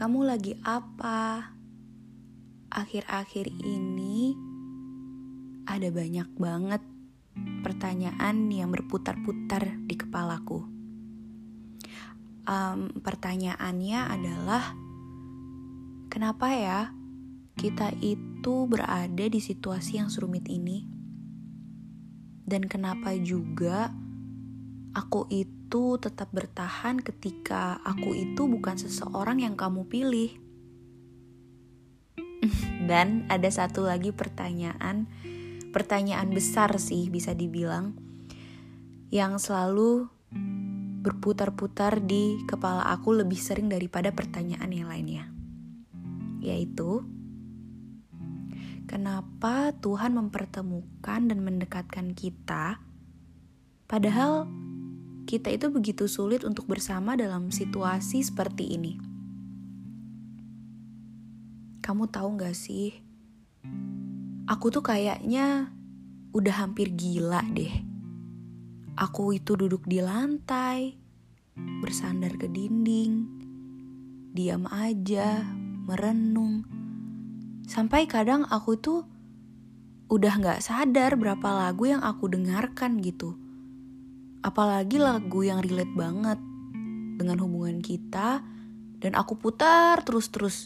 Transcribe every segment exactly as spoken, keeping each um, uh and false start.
Kamu lagi apa? Akhir-akhir ini ada banyak banget pertanyaan yang berputar-putar di kepalaku. Um, pertanyaannya adalah, kenapa ya kita itu berada di situasi yang serumit ini? Dan kenapa juga aku itu tetap bertahan ketika aku itu bukan seseorang yang kamu pilih? Dan ada satu lagi pertanyaan, pertanyaan besar sih bisa dibilang, yang selalu berputar-putar di kepala aku lebih sering daripada pertanyaan yang lainnya. Yaitu, kenapa Tuhan mempertemukan dan mendekatkan kita, padahal kita itu begitu sulit untuk bersama dalam situasi seperti ini? Kamu tahu gak sih, aku tuh kayaknya udah hampir gila deh. Aku itu duduk di lantai, bersandar ke dinding, diam aja, merenung. Sampai kadang aku tuh udah gak sadar berapa lagu yang aku dengarkan gitu. Apalagi lagu yang relate banget dengan hubungan kita, dan aku putar terus-terus.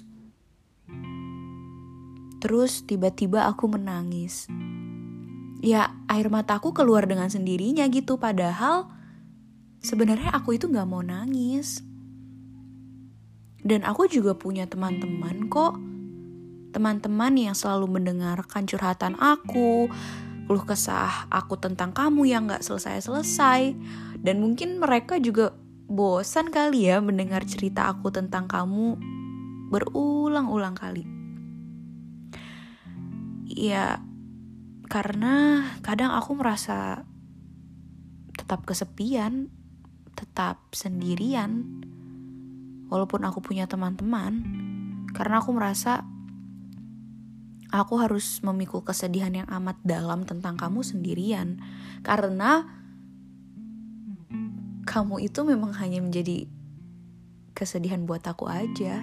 Terus tiba-tiba aku menangis. Ya, air mataku keluar dengan sendirinya gitu, padahal sebenarnya aku itu gak mau nangis. Dan aku juga punya teman-teman kok. Teman-teman yang selalu mendengarkan curhatan aku, keluh kesah aku tentang kamu yang gak selesai-selesai. Dan mungkin mereka juga bosan kali ya mendengar cerita aku tentang kamu berulang-ulang kali. Ya, karena kadang aku merasa tetap kesepian, tetap sendirian, walaupun aku punya teman-teman. Karena aku merasa aku harus memikul kesedihan yang amat dalam tentang kamu sendirian. Karena kamu itu memang hanya menjadi kesedihan buat aku aja.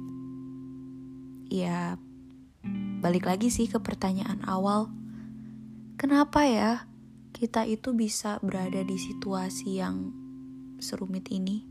Ya, balik lagi sih ke pertanyaan awal. Kenapa ya kita itu bisa berada di situasi yang serumit ini?